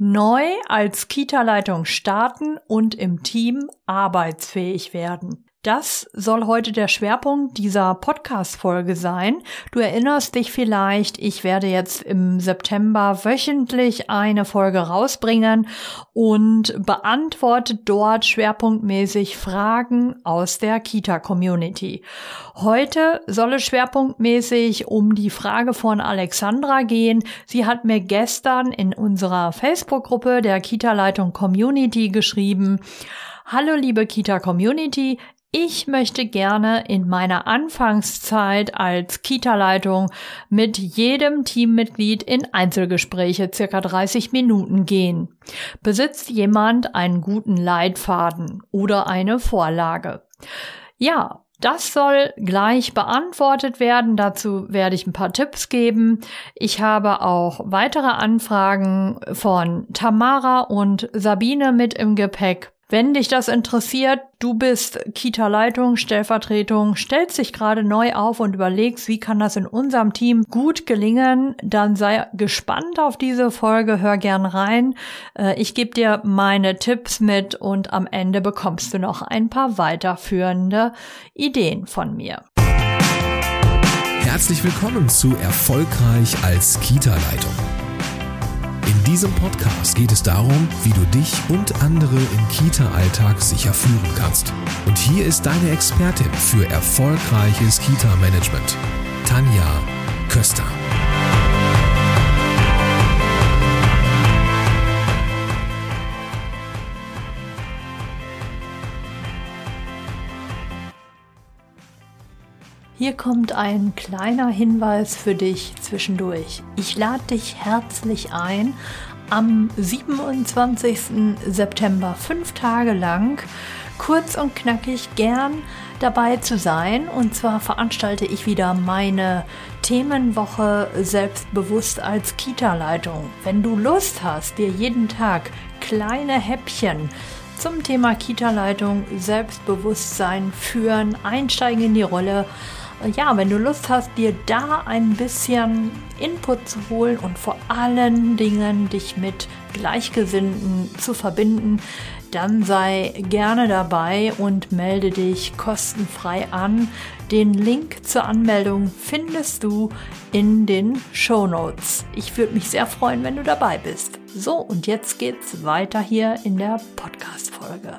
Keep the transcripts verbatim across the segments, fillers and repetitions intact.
Neu als Kita-Leitung starten und im Team arbeitsfähig werden. Das soll heute der Schwerpunkt dieser Podcast-Folge sein. Du erinnerst dich vielleicht, ich werde jetzt im September wöchentlich eine Folge rausbringen und beantworte dort schwerpunktmäßig Fragen aus der Kita-Community. Heute soll es schwerpunktmäßig um die Frage von Alexandra gehen. Sie hat mir gestern in unserer Facebook-Gruppe der Kita-Leitung Community geschrieben: Hallo liebe Kita-Community, ich möchte gerne in meiner Anfangszeit als Kita-Leitung mit jedem Teammitglied in Einzelgespräche circa dreißig Minuten gehen. Besitzt jemand einen guten Leitfaden oder eine Vorlage? Ja, das soll gleich beantwortet werden. Dazu werde ich ein paar Tipps geben. Ich habe auch weitere Anfragen von Tamara und Sabine mit im Gepäck. Wenn dich das interessiert, du bist Kita-Leitung, Stellvertretung, stellst dich gerade neu auf und überlegst, wie kann das in unserem Team gut gelingen, dann sei gespannt auf diese Folge, hör gern rein. Ich gebe dir meine Tipps mit und am Ende bekommst du noch ein paar weiterführende Ideen von mir. Herzlich willkommen zu Erfolgreich als Kita-Leitung. In diesem Podcast geht es darum, wie du dich und andere im Kita-Alltag sicher führen kannst. Und hier ist deine Expertin für erfolgreiches Kita-Management, Tanja Köster. Hier kommt ein kleiner Hinweis für dich zwischendurch. Ich lade dich herzlich ein, am siebenundzwanzigsten September fünf Tage lang kurz und knackig gern dabei zu sein. Und zwar veranstalte ich wieder meine Themenwoche Selbstbewusst als Kita-Leitung. Wenn du Lust hast, dir jeden Tag kleine Häppchen zum Thema Kita-Leitung, Selbstbewusstsein, Führen, Einsteigen in die Rolle, ja, wenn du Lust hast, dir da ein bisschen Input zu holen und vor allen Dingen dich mit Gleichgesinnten zu verbinden, dann sei gerne dabei und melde dich kostenfrei an. Den Link zur Anmeldung findest du in den Shownotes. Ich würde mich sehr freuen, wenn du dabei bist. So, und jetzt geht's weiter hier in der Podcast-Folge.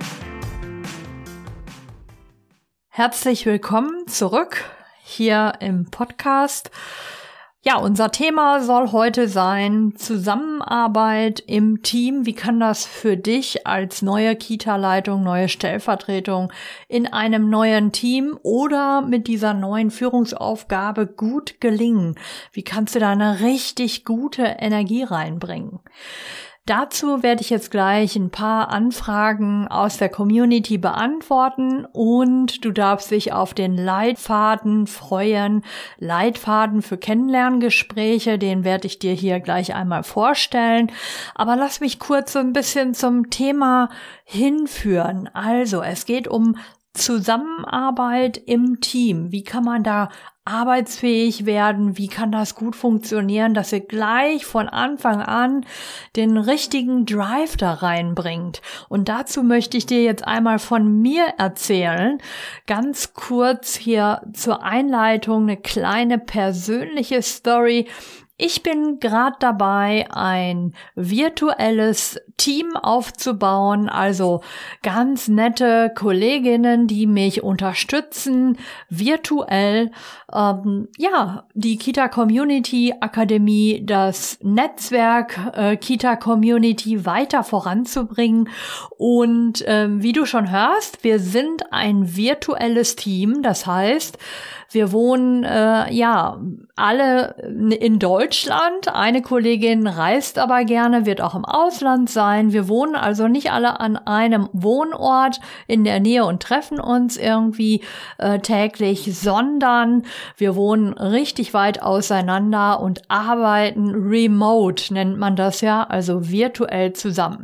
Herzlich willkommen zurück hier im Podcast. Ja, unser Thema soll heute sein Zusammenarbeit im Team. Wie kann das für dich als neue Kita-Leitung, neue Stellvertretung in einem neuen Team oder mit dieser neuen Führungsaufgabe gut gelingen? Wie kannst du da eine richtig gute Energie reinbringen? Dazu werde ich jetzt gleich ein paar Anfragen aus der Community beantworten und du darfst dich auf den Leitfaden freuen. Leitfaden für Kennenlerngespräche, den werde ich dir hier gleich einmal vorstellen. Aber lass mich kurz so ein bisschen zum Thema hinführen. Also, es geht um Zusammenarbeit im Team. Wie kann man da arbeitsfähig werden? Wie kann das gut funktionieren, dass ihr gleich von Anfang an den richtigen Drive da reinbringt? Und dazu möchte ich dir jetzt einmal von mir erzählen. Ganz kurz hier zur Einleitung eine kleine persönliche Story. Ich bin gerade dabei, ein virtuelles Team aufzubauen, also ganz nette Kolleginnen, die mich unterstützen, virtuell, ähm, ja, die Kita Community Akademie, das Netzwerk äh, Kita Community weiter voranzubringen. Und ähm, wie du schon hörst, wir sind ein virtuelles Team, das heißt, wir wohnen äh, ja alle in Deutschland. Eine Kollegin reist aber gerne, wird auch im Ausland sein. Wir wohnen also nicht alle an einem Wohnort in der Nähe und treffen uns irgendwie äh, täglich, sondern wir wohnen richtig weit auseinander und arbeiten remote, nennt man das ja, also virtuell zusammen.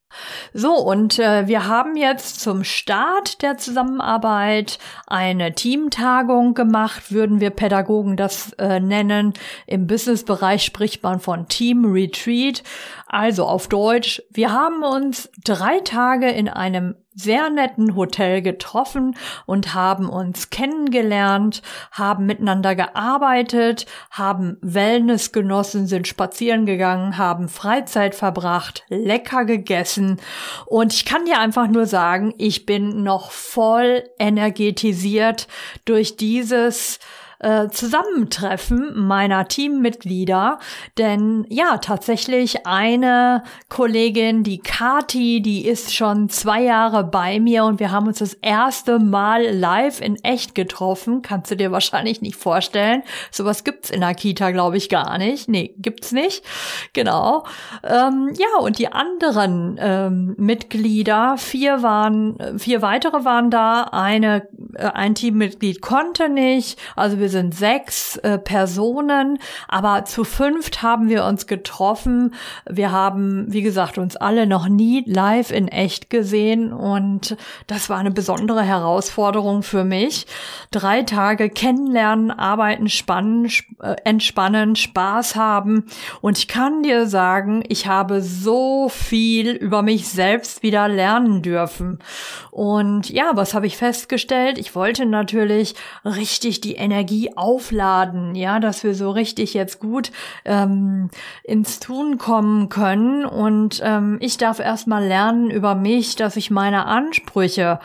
So, und äh, wir haben jetzt zum Start der Zusammenarbeit eine Teamtagung gemacht, würden wir Pädagogen das äh, nennen. Im Businessbereich spricht man von Team Retreat. Also auf Deutsch, wir haben uns drei Tage in einem sehr netten Hotel getroffen und haben uns kennengelernt, haben miteinander gearbeitet, haben Wellness genossen, sind spazieren gegangen, haben Freizeit verbracht, lecker gegessen. Und ich kann dir einfach nur sagen, ich bin noch voll energetisiert durch dieses Äh, Zusammentreffen meiner Teammitglieder, denn ja, tatsächlich eine Kollegin, die Kati, die ist schon zwei Jahre bei mir und wir haben uns das erste Mal live in echt getroffen, kannst du dir wahrscheinlich nicht vorstellen, sowas gibt's in der Kita, glaube ich, gar nicht, nee, gibt's nicht, genau, ähm, ja, und die anderen ähm, Mitglieder, vier waren, vier weitere waren da, eine, äh, ein Teammitglied konnte nicht, also wir Wir sind sechs äh, Personen, aber zu fünft haben wir uns getroffen. Wir haben, wie gesagt, uns alle noch nie live in echt gesehen und das war eine besondere Herausforderung für mich. Drei Tage kennenlernen, arbeiten, spannen, sp- äh, entspannen, Spaß haben und ich kann dir sagen, ich habe so viel über mich selbst wieder lernen dürfen. Und ja, was habe ich festgestellt? Ich wollte natürlich richtig die Energie aufladen, ja, dass wir so richtig jetzt gut ähm, ins Tun kommen können und ähm, ich darf erstmal lernen über mich, dass ich meine Ansprüche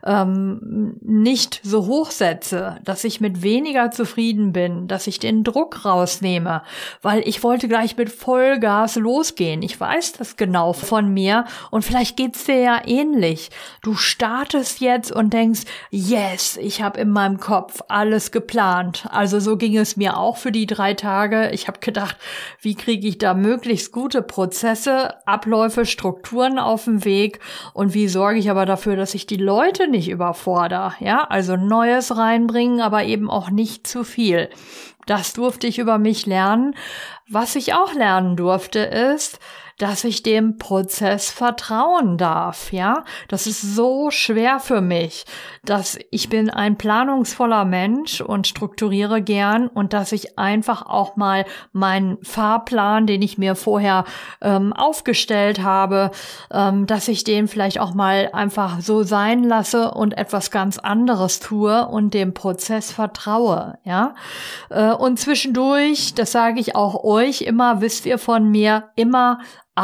ähm, nicht so hoch setze, dass ich mit weniger zufrieden bin, dass ich den Druck rausnehme, weil ich wollte gleich mit Vollgas losgehen. Ich weiß das genau von mir und vielleicht geht's dir ja ähnlich. Du startest jetzt und denkst, yes, ich habe in meinem Kopf alles geplant. Also so ging es mir auch für die drei Tage. Ich habe gedacht, wie kriege ich da möglichst gute Prozesse, Abläufe, Strukturen auf den Weg und wie sorge ich aber dafür, dass ich die Leute nicht überfordere. Ja, also Neues reinbringen, aber eben auch nicht zu viel. Das durfte ich über mich lernen. Was ich auch lernen durfte, ist, dass ich dem Prozess vertrauen darf, ja. Das ist so schwer für mich, dass ich bin ein planungsvoller Mensch und strukturiere gern und dass ich einfach auch mal meinen Fahrplan, den ich mir vorher ähm, aufgestellt habe, ähm, dass ich den vielleicht auch mal einfach so sein lasse und etwas ganz anderes tue und dem Prozess vertraue, ja. Äh, und zwischendurch, das sage ich auch euch immer, wisst ihr von mir, immer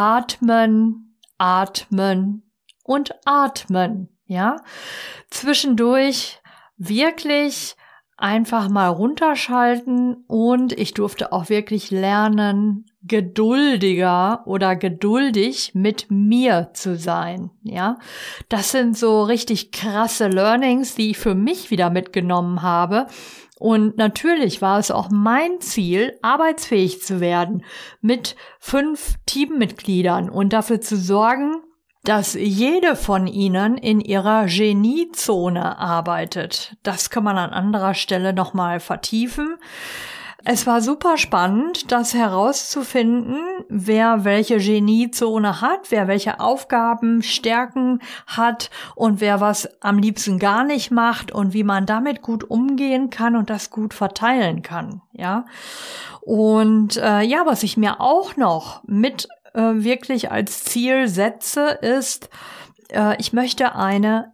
atmen, atmen und atmen, ja. Zwischendurch wirklich einfach mal runterschalten und ich durfte auch wirklich lernen, geduldiger oder geduldig mit mir zu sein, ja. Das sind so richtig krasse Learnings, die ich für mich wieder mitgenommen habe. Und natürlich war es auch mein Ziel, arbeitsfähig zu werden mit fünf Teammitgliedern und dafür zu sorgen, dass jede von ihnen in ihrer Geniezone arbeitet. Das kann man an anderer Stelle nochmal vertiefen. Es war super spannend, das herauszufinden, wer welche Geniezone hat, wer welche Aufgaben, Stärken hat und wer was am liebsten gar nicht macht und wie man damit gut umgehen kann und das gut verteilen kann, ja. Und äh, ja, was ich mir auch noch mit äh, wirklich als Ziel setze, ist, ich möchte eine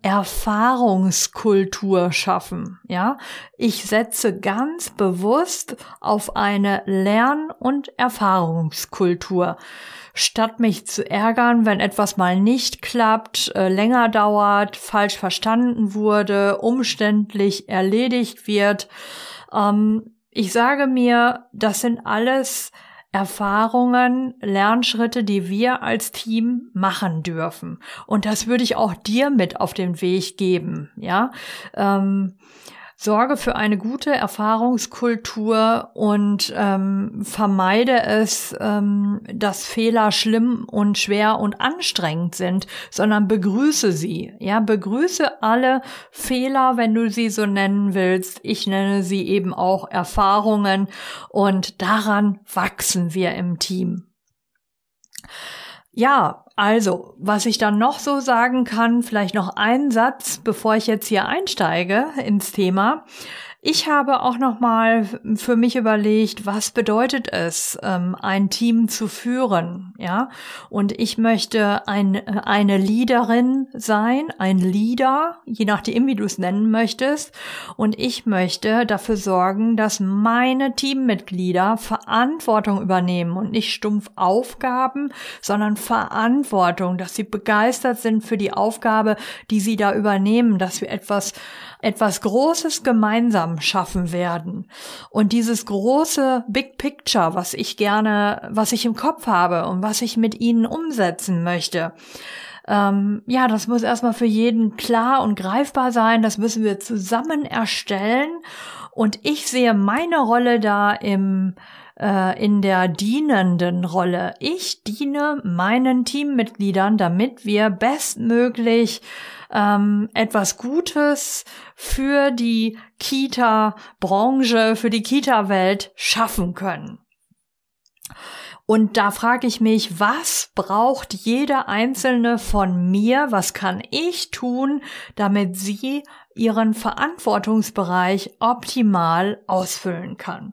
Erfahrungskultur schaffen, ja. Ich setze ganz bewusst auf eine Lern- und Erfahrungskultur. Statt mich zu ärgern, wenn etwas mal nicht klappt, äh, länger dauert, falsch verstanden wurde, umständlich erledigt wird. Ähm, ich sage mir, das sind alles Erfahrungen, Lernschritte, die wir als Team machen dürfen. Und das würde ich auch dir mit auf den Weg geben, ja. Ähm, sorge für eine gute Erfahrungskultur und ähm, vermeide es, ähm, dass Fehler schlimm und schwer und anstrengend sind, sondern begrüße sie. Ja, begrüße alle Fehler, wenn du sie so nennen willst. Ich nenne sie eben auch Erfahrungen und daran wachsen wir im Team. Ja, also, was ich dann noch so sagen kann, vielleicht noch ein Satz, bevor ich jetzt hier einsteige ins Thema. Ich habe auch noch mal für mich überlegt, was bedeutet es, ein Team zu führen, ja? Und ich möchte ein, eine Leaderin sein, ein Leader, je nachdem, wie du es nennen möchtest. Und ich möchte dafür sorgen, dass meine Teammitglieder Verantwortung übernehmen und nicht stumpf Aufgaben, sondern Verantwortung, dass sie begeistert sind für die Aufgabe, die sie da übernehmen, dass wir etwas etwas Großes gemeinsam schaffen werden. Und dieses große Big Picture, was ich gerne, was ich im Kopf habe und was ich mit ihnen umsetzen möchte, ähm, ja, das muss erstmal für jeden klar und greifbar sein. Das müssen wir zusammen erstellen. Und ich sehe meine Rolle da im äh, in der dienenden Rolle. Ich diene meinen Teammitgliedern, damit wir bestmöglich ähm, etwas Gutes für die Kita-Branche, für die Kita-Welt schaffen können. Und da frage ich mich, was braucht jeder Einzelne von mir? Was kann ich tun, damit sie ihren Verantwortungsbereich optimal ausfüllen kann?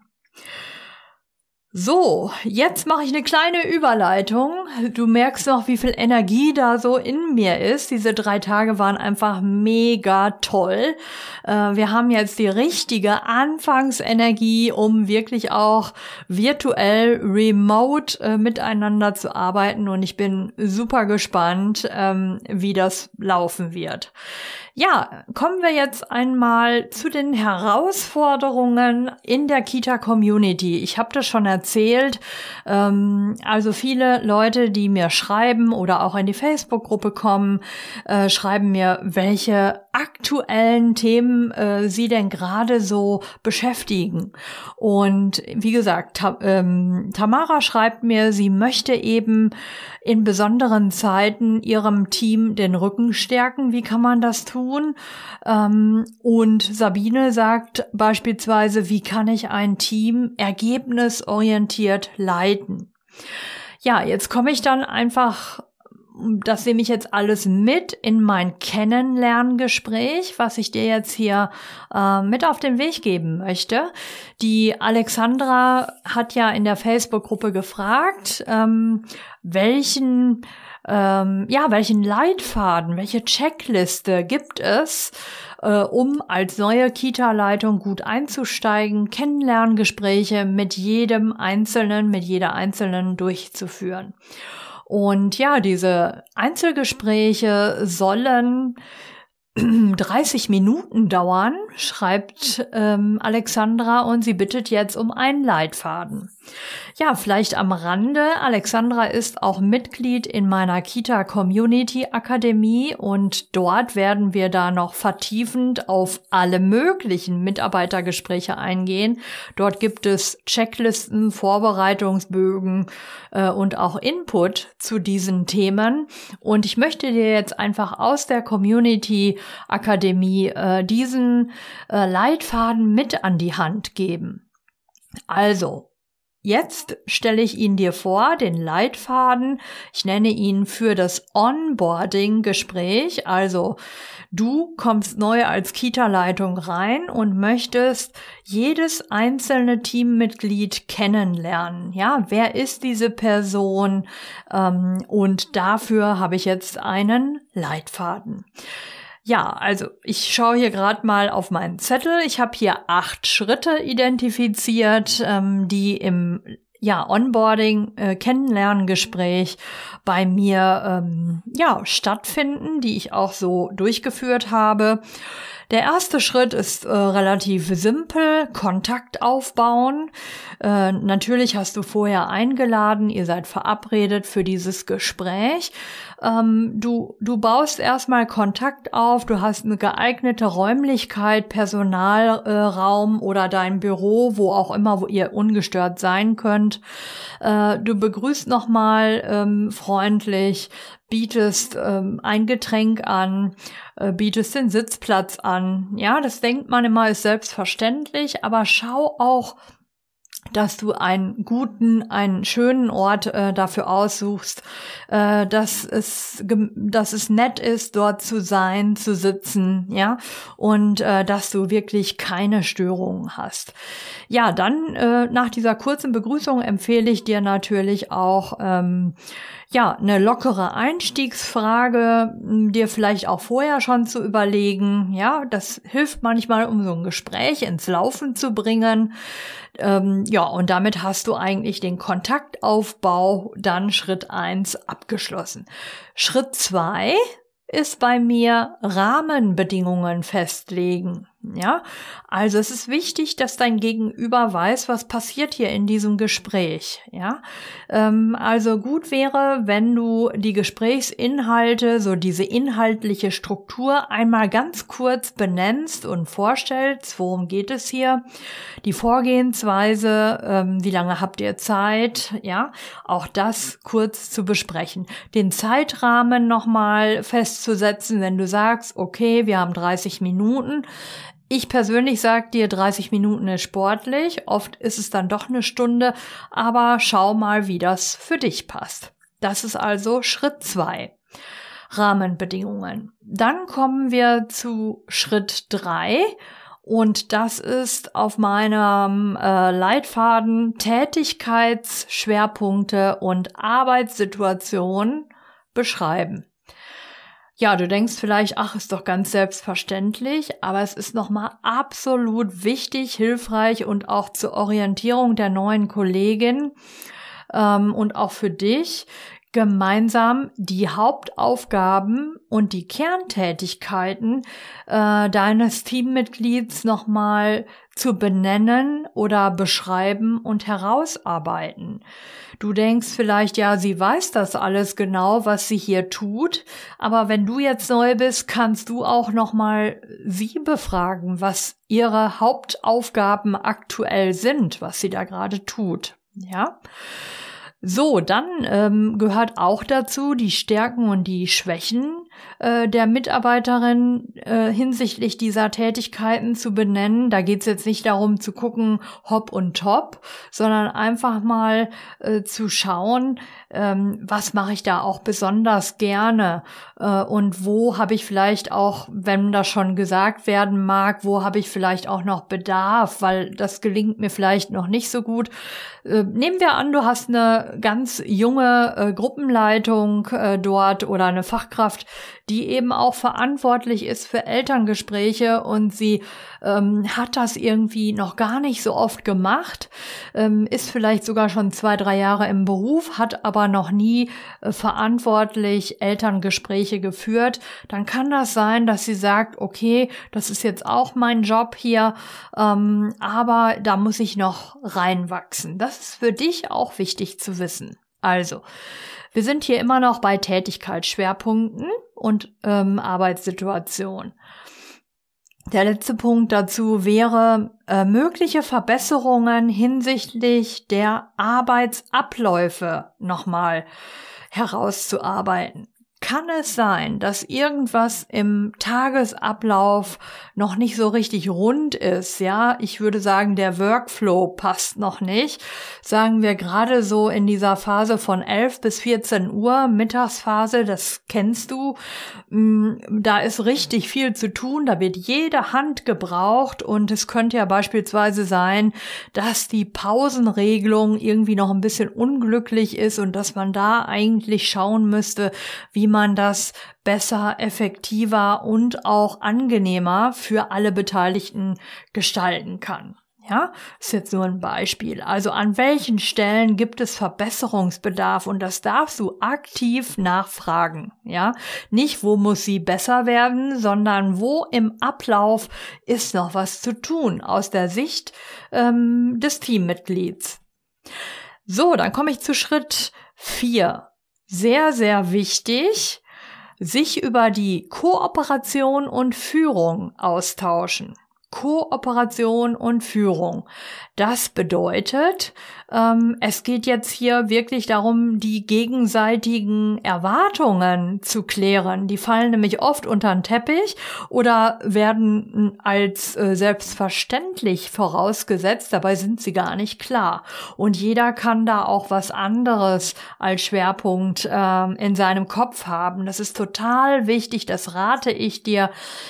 So, jetzt mache ich eine kleine Überleitung. Du merkst noch, wie viel Energie da so in mir ist. Diese drei Tage waren einfach mega toll. Äh, wir haben jetzt die richtige Anfangsenergie, um wirklich auch virtuell, remote äh, miteinander zu arbeiten. Und ich bin super gespannt, ähm, wie das laufen wird. Ja, kommen wir jetzt einmal zu den Herausforderungen in der Kita-Community. Ich habe das schon erzählt, ähm, also viele Leute, die mir schreiben oder auch in die Facebook-Gruppe kommen, äh, schreiben mir, welche aktuellen Themen äh, sie denn gerade so beschäftigen. Und wie gesagt, ta- ähm, Tamara schreibt mir, sie möchte eben in besonderen Zeiten ihrem Team den Rücken stärken. Wie kann man das tun? Ähm, und Sabine sagt beispielsweise, wie kann ich ein Team ergebnisorientiert leiten? Ja, jetzt komme ich dann einfach, das nehme ich jetzt alles mit in mein Kennenlerngespräch, was ich dir jetzt hier äh, mit auf den Weg geben möchte. Die Alexandra hat ja in der Facebook-Gruppe gefragt, ähm, welchen ähm, ja, welchen Leitfaden, welche Checkliste gibt es, äh, um als neue Kita-Leitung gut einzusteigen, Kennenlerngespräche mit jedem Einzelnen, mit jeder Einzelnen durchzuführen. Und ja, diese Einzelgespräche sollen dreißig Minuten dauern, schreibt ähm, Alexandra, und sie bittet jetzt um einen Leitfaden. Ja, vielleicht am Rande, Alexandra ist auch Mitglied in meiner Kita-Community-Akademie und dort werden wir da noch vertiefend auf alle möglichen Mitarbeitergespräche eingehen. Dort gibt es Checklisten, Vorbereitungsbögen äh, und auch Input zu diesen Themen. Und ich möchte dir jetzt einfach aus der Community-Akademie äh, diesen äh, Leitfaden mit an die Hand geben. Also, jetzt stelle ich ihn dir vor, den Leitfaden. Ich nenne ihn für das Onboarding-Gespräch. Also du kommst neu als Kita-Leitung rein und möchtest jedes einzelne Teammitglied kennenlernen. Ja, wer ist diese Person? Ähm, und dafür habe ich jetzt einen Leitfaden. Ja, also ich schaue hier gerade mal auf meinen Zettel. Ich habe hier acht Schritte identifiziert, ähm, die im ja Onboarding, äh, Kennenlerngespräch bei mir ähm, ja stattfinden, die ich auch so durchgeführt habe. Der erste Schritt ist äh, relativ simpel, Kontakt aufbauen. Äh, natürlich hast du vorher eingeladen, ihr seid verabredet für dieses Gespräch. Ähm, du, du baust erstmal Kontakt auf, du hast eine geeignete Räumlichkeit, Personalraum äh, oder dein Büro, wo auch immer, wo ihr ungestört sein könnt. Äh, du begrüßt nochmal ähm, freundlich, bietest ähm, ein Getränk an, äh, bietest den Sitzplatz an. Ja, das denkt man immer, ist selbstverständlich, aber schau auch, dass du einen guten, einen schönen Ort äh, dafür aussuchst, äh, dass es, dass es nett ist, dort zu sein, zu sitzen, ja, und äh, dass du wirklich keine Störungen hast. Ja, dann äh, nach dieser kurzen Begrüßung empfehle ich dir natürlich auch, ähm, ja, eine lockere Einstiegsfrage, dir vielleicht auch vorher schon zu überlegen. Ja, das hilft manchmal, um so ein Gespräch ins Laufen zu bringen. Ähm, ja, und damit hast du eigentlich den Kontaktaufbau, dann Schritt eins abgeschlossen. Schritt zwei ist bei mir Rahmenbedingungen festlegen. Ja, also es ist wichtig, dass dein Gegenüber weiß, was passiert hier in diesem Gespräch. Ja, ähm, also gut wäre, wenn du die Gesprächsinhalte, so diese inhaltliche Struktur einmal ganz kurz benennst und vorstellst, worum geht es hier, die Vorgehensweise, ähm, wie lange habt ihr Zeit, ja, auch das kurz zu besprechen. Den Zeitrahmen nochmal festzusetzen, wenn du sagst, okay, wir haben dreißig Minuten. Ich persönlich sage dir, dreißig Minuten ist sportlich, oft ist es dann doch eine Stunde, aber schau mal, wie das für dich passt. Das ist also Schritt zwei, Rahmenbedingungen. Dann kommen wir zu Schritt drei und das ist auf meinem äh, Leitfaden Tätigkeitsschwerpunkte und Arbeitssituationen beschreiben. Ja, du denkst vielleicht, ach, ist doch ganz selbstverständlich, aber es ist nochmal absolut wichtig, hilfreich und auch zur Orientierung der neuen Kollegin ähm, und auch für dich, gemeinsam die Hauptaufgaben und die Kerntätigkeiten äh, deines Teammitglieds nochmal zu benennen oder beschreiben und herausarbeiten. Du denkst vielleicht, ja, sie weiß das alles genau, was sie hier tut, aber wenn du jetzt neu bist, kannst du auch nochmal sie befragen, was ihre Hauptaufgaben aktuell sind, was sie da gerade tut, ja? So, dann ähm, gehört auch dazu, die Stärken und die Schwächen äh, der Mitarbeiterin äh, hinsichtlich dieser Tätigkeiten zu benennen. Da geht es jetzt nicht darum zu gucken, hopp und top, sondern einfach mal äh, zu schauen, ähm, was mache ich da auch besonders gerne äh, und wo habe ich vielleicht auch, wenn das schon gesagt werden mag, wo habe ich vielleicht auch noch Bedarf, weil das gelingt mir vielleicht noch nicht so gut. Äh, nehmen wir an, du hast eine ganz junge äh, Gruppenleitung äh, dort oder eine Fachkraft, die eben auch verantwortlich ist für Elterngespräche und sie ähm, hat das irgendwie noch gar nicht so oft gemacht, ähm, ist vielleicht sogar schon zwei, drei Jahre im Beruf, hat aber noch nie äh, verantwortlich Elterngespräche geführt. Dann kann das sein, dass sie sagt, okay, das ist jetzt auch mein Job hier, ähm, aber da muss ich noch reinwachsen. Das ist für dich auch wichtig zu wissen. Also, wir sind hier immer noch bei Tätigkeitsschwerpunkten und ähm, Arbeitssituation. Der letzte Punkt dazu wäre, äh, mögliche Verbesserungen hinsichtlich der Arbeitsabläufe nochmal herauszuarbeiten. Kann es sein, dass irgendwas im Tagesablauf noch nicht so richtig rund ist? Ja, ich würde sagen, der Workflow passt noch nicht. Sagen wir gerade so in dieser Phase von elf bis vierzehn Uhr, Mittagsphase, das kennst du. Da ist richtig viel zu tun, da wird jede Hand gebraucht und es könnte ja beispielsweise sein, dass die Pausenregelung irgendwie noch ein bisschen unglücklich ist und dass man da eigentlich schauen müsste, wie man das besser, effektiver und auch angenehmer für alle Beteiligten gestalten kann. Ja, ist jetzt nur ein Beispiel. Also an welchen Stellen gibt es Verbesserungsbedarf und das darfst du aktiv nachfragen. Ja, nicht wo muss sie besser werden, sondern wo im Ablauf ist noch was zu tun aus der Sicht ähm, des Teammitglieds. So, dann komme ich zu Schritt vier. Sehr, sehr wichtig, sich über die Kooperation und Führung austauschen. Kooperation und Führung. Das bedeutet, ähm, es geht jetzt hier wirklich darum, die gegenseitigen Erwartungen zu klären. Die fallen nämlich oft unter den Teppich oder werden als äh, selbstverständlich vorausgesetzt. Dabei sind sie gar nicht klar. Und jeder kann da auch was anderes als Schwerpunkt äh, in seinem Kopf haben. Das ist total wichtig. Das rate ich dir,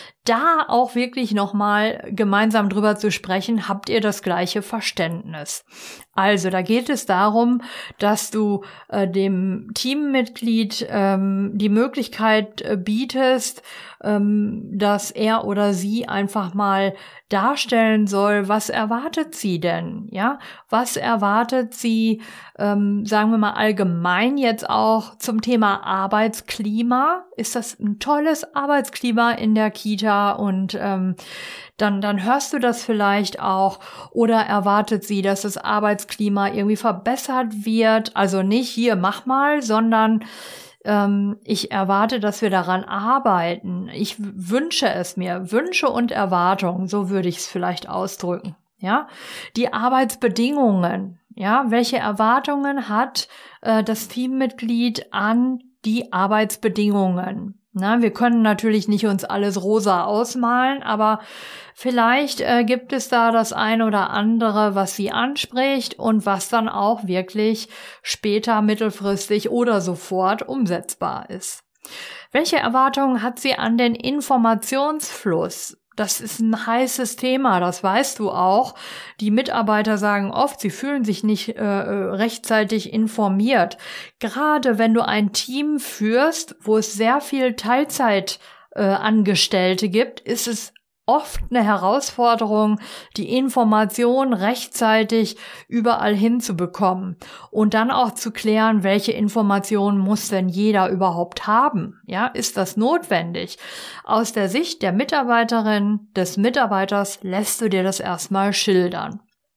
da auch wirklich nochmal gemeinsam drüber zu sprechen, habt ihr das gleiche Verständnis. Also da geht es darum, dass du äh, dem Teammitglied ähm, die Möglichkeit äh, bietest, ähm, dass er oder sie einfach mal darstellen soll, was erwartet sie denn, ja? Was erwartet sie, ähm, sagen wir mal allgemein jetzt auch zum Thema Arbeitsklima? Ist das ein tolles Arbeitsklima in der Kita? Und ähm, dann, dann hörst du das vielleicht auch. Oder erwartet sie, dass das Arbeitsklima irgendwie verbessert wird? Also nicht hier, mach mal, sondern ähm, ich erwarte, dass wir daran arbeiten. Ich wünsche es mir. Wünsche und Erwartungen, so würde ich es vielleicht ausdrücken. Ja, die Arbeitsbedingungen. Ja, welche Erwartungen hat äh, das Teammitglied an die Arbeitsbedingungen? Na, wir können natürlich nicht uns alles rosa ausmalen, aber vielleicht äh, gibt es da das eine oder andere, was sie anspricht und was dann auch wirklich später, mittelfristig oder sofort umsetzbar ist. Welche Erwartungen hat sie an den Informationsfluss? Das ist ein heißes Thema, das weißt du auch. Die Mitarbeiter sagen oft, sie fühlen sich nicht äh, rechtzeitig informiert. Gerade wenn du ein Team führst, wo es sehr viel Teilzeitangestellte äh, gibt, ist es oft eine Herausforderung, die Information rechtzeitig überall hinzubekommen und dann auch zu klären, welche Informationen muss denn jeder überhaupt haben? Ja, ist das notwendig? Aus der Sicht der Mitarbeiterin, des Mitarbeiters lässt du dir das erstmal schildern.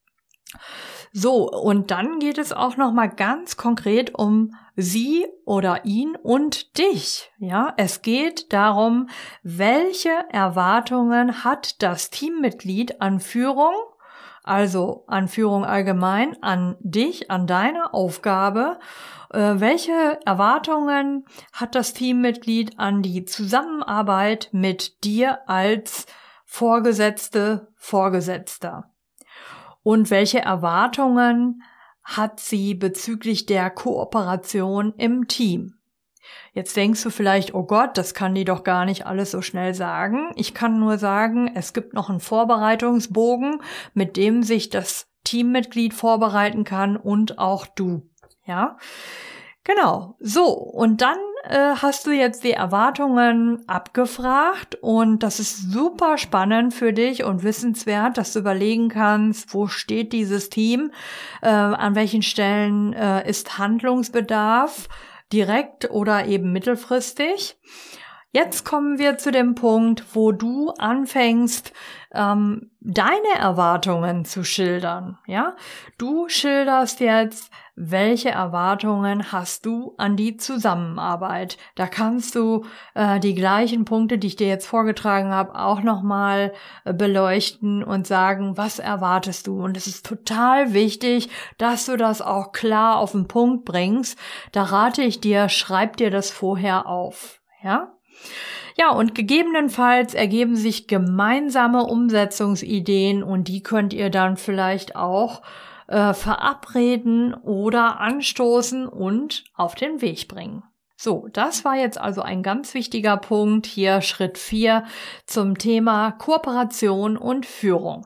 So, und dann geht es auch noch mal ganz konkret um sie oder ihn und dich. Ja, es geht darum, welche Erwartungen hat das Teammitglied an Führung, also an Führung allgemein, an dich, an deine Aufgabe. Äh, welche Erwartungen hat das Teammitglied an die Zusammenarbeit mit dir als Vorgesetzte, Vorgesetzter? Und welche Erwartungen hat sie bezüglich der Kooperation im Team? Jetzt denkst du vielleicht, oh Gott, das kann die doch gar nicht alles so schnell sagen. Ich kann nur sagen, es gibt noch einen Vorbereitungsbogen, mit dem sich das Teammitglied vorbereiten kann und auch du. Ja, genau. So, und dann äh, hast du jetzt die Erwartungen abgefragt und das ist super spannend für dich und wissenswert, dass du überlegen kannst, wo steht dieses Team, äh, an welchen Stellen äh, ist Handlungsbedarf, direkt oder eben mittelfristig. Jetzt kommen wir zu dem Punkt, wo du anfängst, ähm, deine Erwartungen zu schildern. Ja, du schilderst jetzt, welche Erwartungen hast du an die Zusammenarbeit. Da kannst du äh, die gleichen Punkte, die ich dir jetzt vorgetragen habe, auch nochmal äh, beleuchten und sagen, was erwartest du? Und es ist total wichtig, dass du das auch klar auf den Punkt bringst. Da rate ich dir, schreib dir das vorher auf. Ja? Ja, und gegebenenfalls ergeben sich gemeinsame Umsetzungsideen und die könnt ihr dann vielleicht auch äh, verabreden oder anstoßen und auf den Weg bringen. So, das war jetzt also ein ganz wichtiger Punkt hier, Schritt vier zum Thema Kooperation und Führung.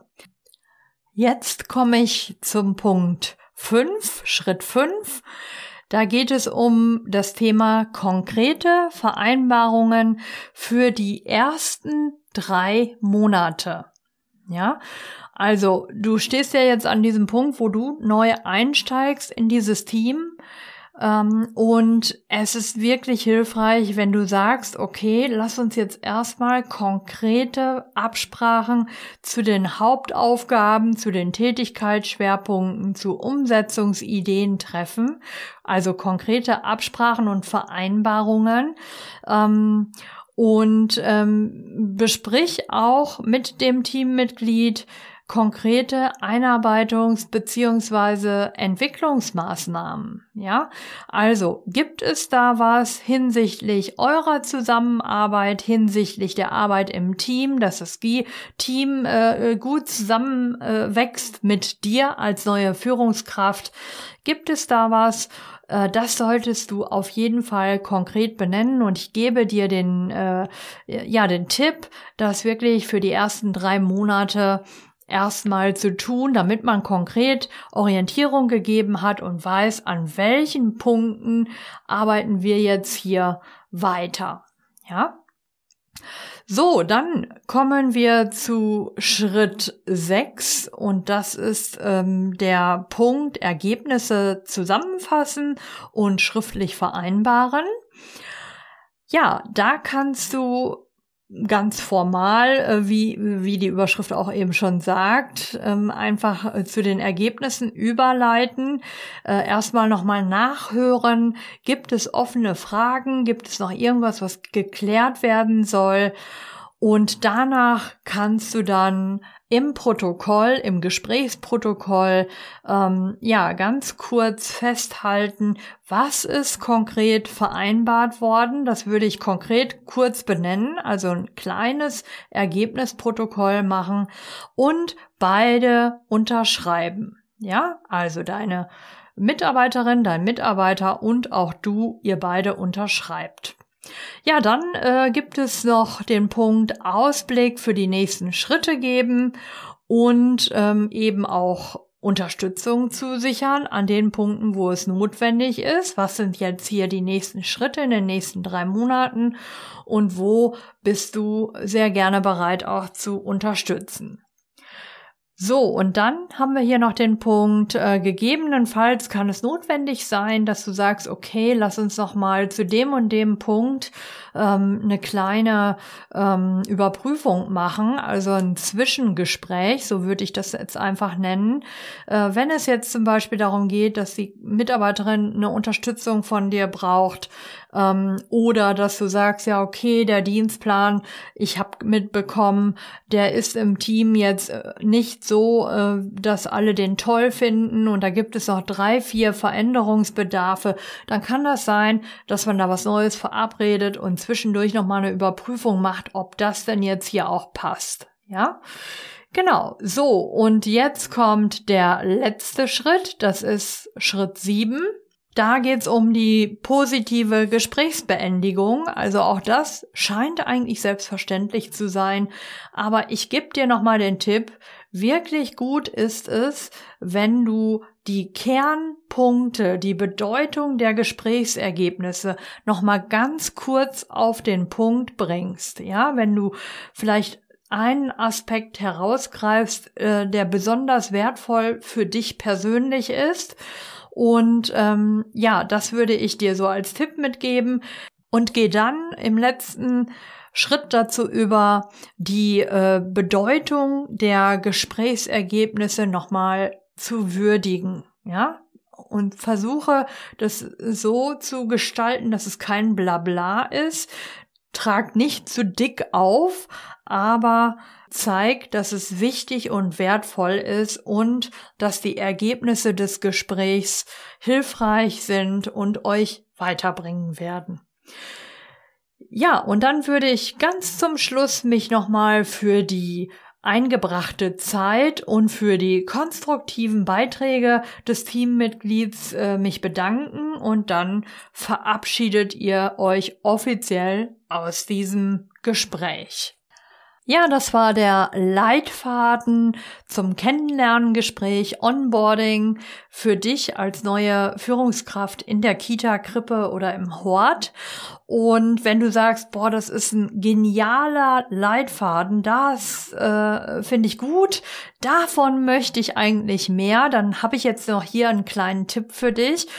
Jetzt komme ich zum Punkt fünf, Schritt fünf. Da geht es um das Thema konkrete Vereinbarungen für die ersten drei Monate. Ja, also du stehst ja jetzt an diesem Punkt, wo du neu einsteigst in dieses Team. Ähm, und es ist wirklich hilfreich, wenn du sagst, okay, lass uns jetzt erstmal konkrete Absprachen zu den Hauptaufgaben, zu den Tätigkeitsschwerpunkten, zu Umsetzungsideen treffen. Also konkrete Absprachen und Vereinbarungen. Ähm, Und ähm, besprich auch mit dem Teammitglied konkrete Einarbeitungs- bzw. Entwicklungsmaßnahmen, ja? Also, gibt es da was hinsichtlich eurer Zusammenarbeit, hinsichtlich der Arbeit im Team, dass das Team äh, gut zusammenwächst äh, mit dir als neue Führungskraft? Gibt es da was? Äh, das solltest du auf jeden Fall konkret benennen, und ich gebe dir den, äh, ja, den Tipp, das wirklich für die ersten drei Monate erstmal zu tun, damit man konkret Orientierung gegeben hat und weiß, an welchen Punkten arbeiten wir jetzt hier weiter. Ja? So, dann kommen wir zu Schritt sechs, und das ist ähm, der Punkt Ergebnisse zusammenfassen und schriftlich vereinbaren. Ja, da kannst du ganz formal, äh, wie wie die Überschrift auch eben schon sagt, ähm, einfach äh, zu den Ergebnissen überleiten. Äh, erstmal nochmal nachhören. Gibt es offene Fragen? Gibt es noch irgendwas, was geklärt werden soll? Und danach kannst du dann im Protokoll, im Gesprächsprotokoll, ähm, ja, ganz kurz festhalten, was ist konkret vereinbart worden. Das würde ich konkret kurz benennen, also ein kleines Ergebnisprotokoll machen und beide unterschreiben. Ja, also deine Mitarbeiterin, dein Mitarbeiter und auch du, ihr beide unterschreibt. Ja, dann äh, gibt es noch den Punkt Ausblick für die nächsten Schritte geben und ähm, eben auch Unterstützung zu sichern an den Punkten, wo es notwendig ist. Was sind jetzt hier die nächsten Schritte in den nächsten drei Monaten und wo bist du sehr gerne bereit auch zu unterstützen? So, und dann haben wir hier noch den Punkt, äh, gegebenenfalls kann es notwendig sein, dass du sagst, okay, lass uns noch mal zu dem und dem Punkt ähm, eine kleine ähm, Überprüfung machen, also ein Zwischengespräch, so würde ich das jetzt einfach nennen. Äh, wenn es jetzt zum Beispiel darum geht, dass die Mitarbeiterin eine Unterstützung von dir braucht, ähm, oder dass du sagst, ja, okay, der Dienstplan, ich habe mitbekommen, der ist im Team jetzt äh, nicht so, äh, dass alle den toll finden und da gibt es noch drei, vier Veränderungsbedarfe, dann kann das sein, dass man da was Neues verabredet und zwischendurch nochmal eine Überprüfung macht, ob das denn jetzt hier auch passt. Ja? Genau, so, und jetzt kommt der letzte Schritt, das ist Schritt sieben. Da geht's um die positive Gesprächsbeendigung, also auch das scheint eigentlich selbstverständlich zu sein, aber ich gebe dir nochmal den Tipp, wirklich gut ist es, wenn du die Kernpunkte, die Bedeutung der Gesprächsergebnisse nochmal ganz kurz auf den Punkt bringst, ja, wenn du vielleicht einen Aspekt herausgreifst, äh, der besonders wertvoll für dich persönlich ist. Und ähm, ja, das würde ich dir so als Tipp mitgeben. Und geh dann im letzten Schritt dazu über, die äh, Bedeutung der Gesprächsergebnisse nochmal zu würdigen. Ja? Und versuche das so zu gestalten, dass es kein Blabla ist. Trag nicht zu dick auf, aber zeig, dass es wichtig und wertvoll ist und dass die Ergebnisse des Gesprächs hilfreich sind und euch weiterbringen werden. Ja, und dann würde ich ganz zum Schluss mich nochmal für die eingebrachte Zeit und für die konstruktiven Beiträge des Teammitglieds äh, mich bedanken und dann verabschiedet ihr euch offiziell aus diesem Gespräch. Ja, das war der Leitfaden zum Kennenlerngespräch, Onboarding für dich als neue Führungskraft in der Kita, Krippe oder im Hort. Und wenn du sagst, boah, das ist ein genialer Leitfaden, das äh, finde ich gut, davon möchte ich eigentlich mehr, dann habe ich jetzt noch hier einen kleinen Tipp für dich.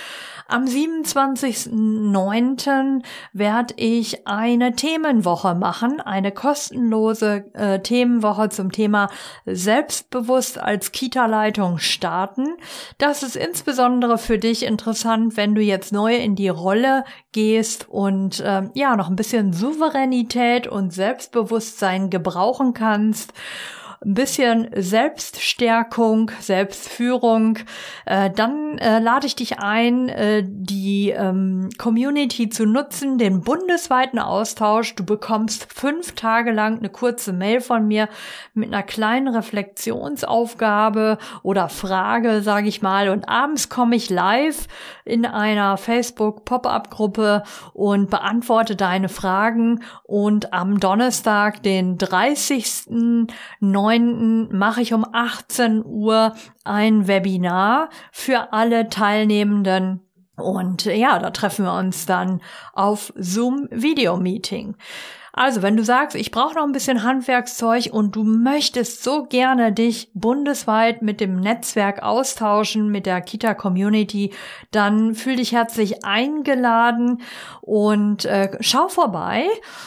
Am siebenundzwanzigsten neunten werde ich eine Themenwoche machen, eine kostenlose äh, Themenwoche zum Thema Selbstbewusst als Kita-Leitung starten. Das ist insbesondere für dich interessant, wenn du jetzt neu in die Rolle gehst und äh, ja noch ein bisschen Souveränität und Selbstbewusstsein gebrauchen kannst. Ein bisschen Selbststärkung, Selbstführung, äh, dann äh, lade ich dich ein, äh, die ähm, Community zu nutzen, den bundesweiten Austausch. Du bekommst fünf Tage lang eine kurze Mail von mir mit einer kleinen Reflexionsaufgabe oder Frage, sage ich mal. Und abends komme ich live in einer Facebook-Pop-up-Gruppe und beantworte deine Fragen. Und am Donnerstag, den dreißigsten neunten mache ich um achtzehn Uhr ein Webinar für alle Teilnehmenden. Und ja, da treffen wir uns dann auf Zoom Video Meeting. Also, wenn du sagst, ich brauche noch ein bisschen Handwerkszeug und du möchtest so gerne dich bundesweit mit dem Netzwerk austauschen, mit der Kita-Community, dann fühl dich herzlich eingeladen und äh, schau vorbei.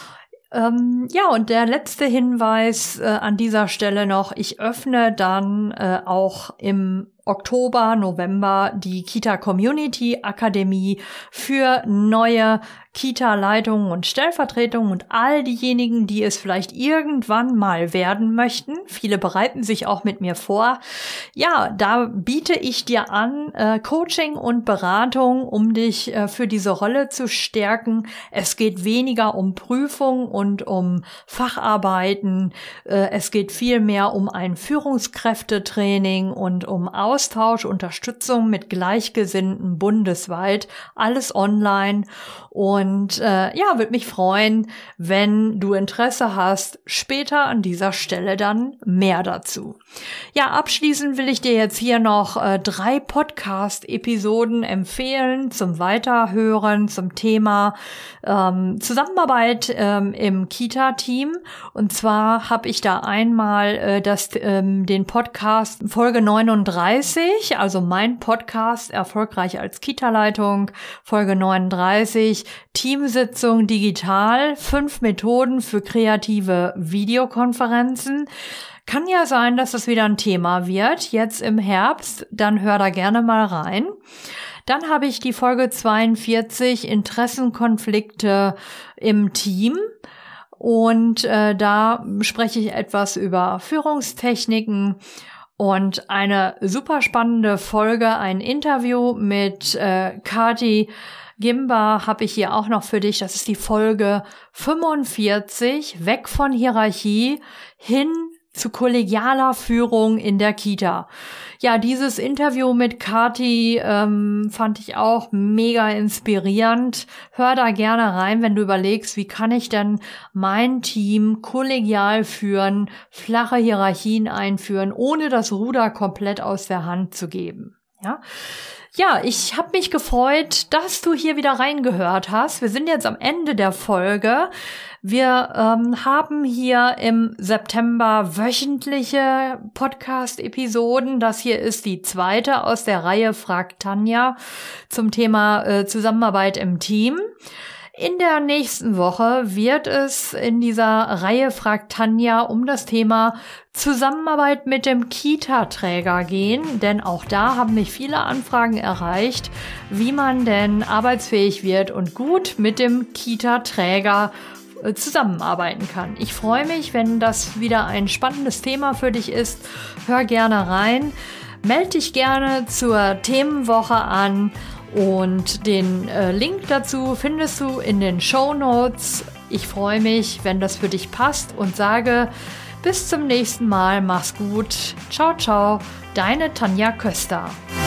Ähm, ja, und der letzte Hinweis äh, an dieser Stelle noch, ich öffne dann äh, auch im Oktober, November die Kita Community Akademie für neue Kita-Leitungen und Stellvertretungen und all diejenigen, die es vielleicht irgendwann mal werden möchten. Viele bereiten sich auch mit mir vor. Ja, da biete ich dir an, äh, Coaching und Beratung, um dich äh, für diese Rolle zu stärken. Es geht weniger um Prüfung und um Facharbeiten. Äh, es geht viel mehr um ein Führungskräftetraining und um Austausch, Unterstützung mit Gleichgesinnten bundesweit. Alles online. Und äh, ja, würde mich freuen, wenn du Interesse hast, später an dieser Stelle dann mehr dazu. Ja, abschließend will ich dir jetzt hier noch äh, drei Podcast-Episoden empfehlen zum Weiterhören, zum Thema ähm, Zusammenarbeit ähm, im Kita-Team. Und zwar habe ich da einmal äh, das, ähm, den Podcast Folge neununddreißig, also mein Podcast Erfolgreich als Kita-Leitung, Folge neununddreißig, Teamsitzung digital, fünf Methoden für kreative Videokonferenzen. Kann ja sein, dass das wieder ein Thema wird, jetzt im Herbst, dann hör da gerne mal rein. Dann habe ich die Folge zweiundvierzig, Interessenkonflikte im Team. Und äh, da spreche ich etwas über Führungstechniken. Und eine super spannende Folge, ein Interview mit äh, Kati Gimba habe ich hier auch noch für dich. Das ist die Folge fünfundvierzig, weg von Hierarchie hin zu kollegialer Führung in der Kita. Ja, dieses Interview mit Kati ähm, fand ich auch mega inspirierend. Hör da gerne rein, wenn du überlegst, wie kann ich denn mein Team kollegial führen, flache Hierarchien einführen, ohne das Ruder komplett aus der Hand zu geben. Ja. Ja, ich habe mich gefreut, dass du hier wieder reingehört hast. Wir sind jetzt am Ende der Folge. Wir ähm, haben hier im September wöchentliche Podcast-Episoden. Das hier ist die zweite aus der Reihe Fragt Tanja zum Thema äh, Zusammenarbeit im Team. In der nächsten Woche wird es in dieser Reihe Fragt Tanja um das Thema Zusammenarbeit mit dem Kita-Träger gehen, denn auch da haben mich viele Anfragen erreicht, wie man denn arbeitsfähig wird und gut mit dem Kita-Träger zusammenarbeiten kann. Ich freue mich, wenn das wieder ein spannendes Thema für dich ist. Hör gerne rein, melde dich gerne zur Themenwoche an. Und den äh, Link dazu findest du in den Shownotes. Ich freue mich, wenn das für dich passt und sage bis zum nächsten Mal. Mach's gut. Ciao, ciao. Deine Tanja Köster.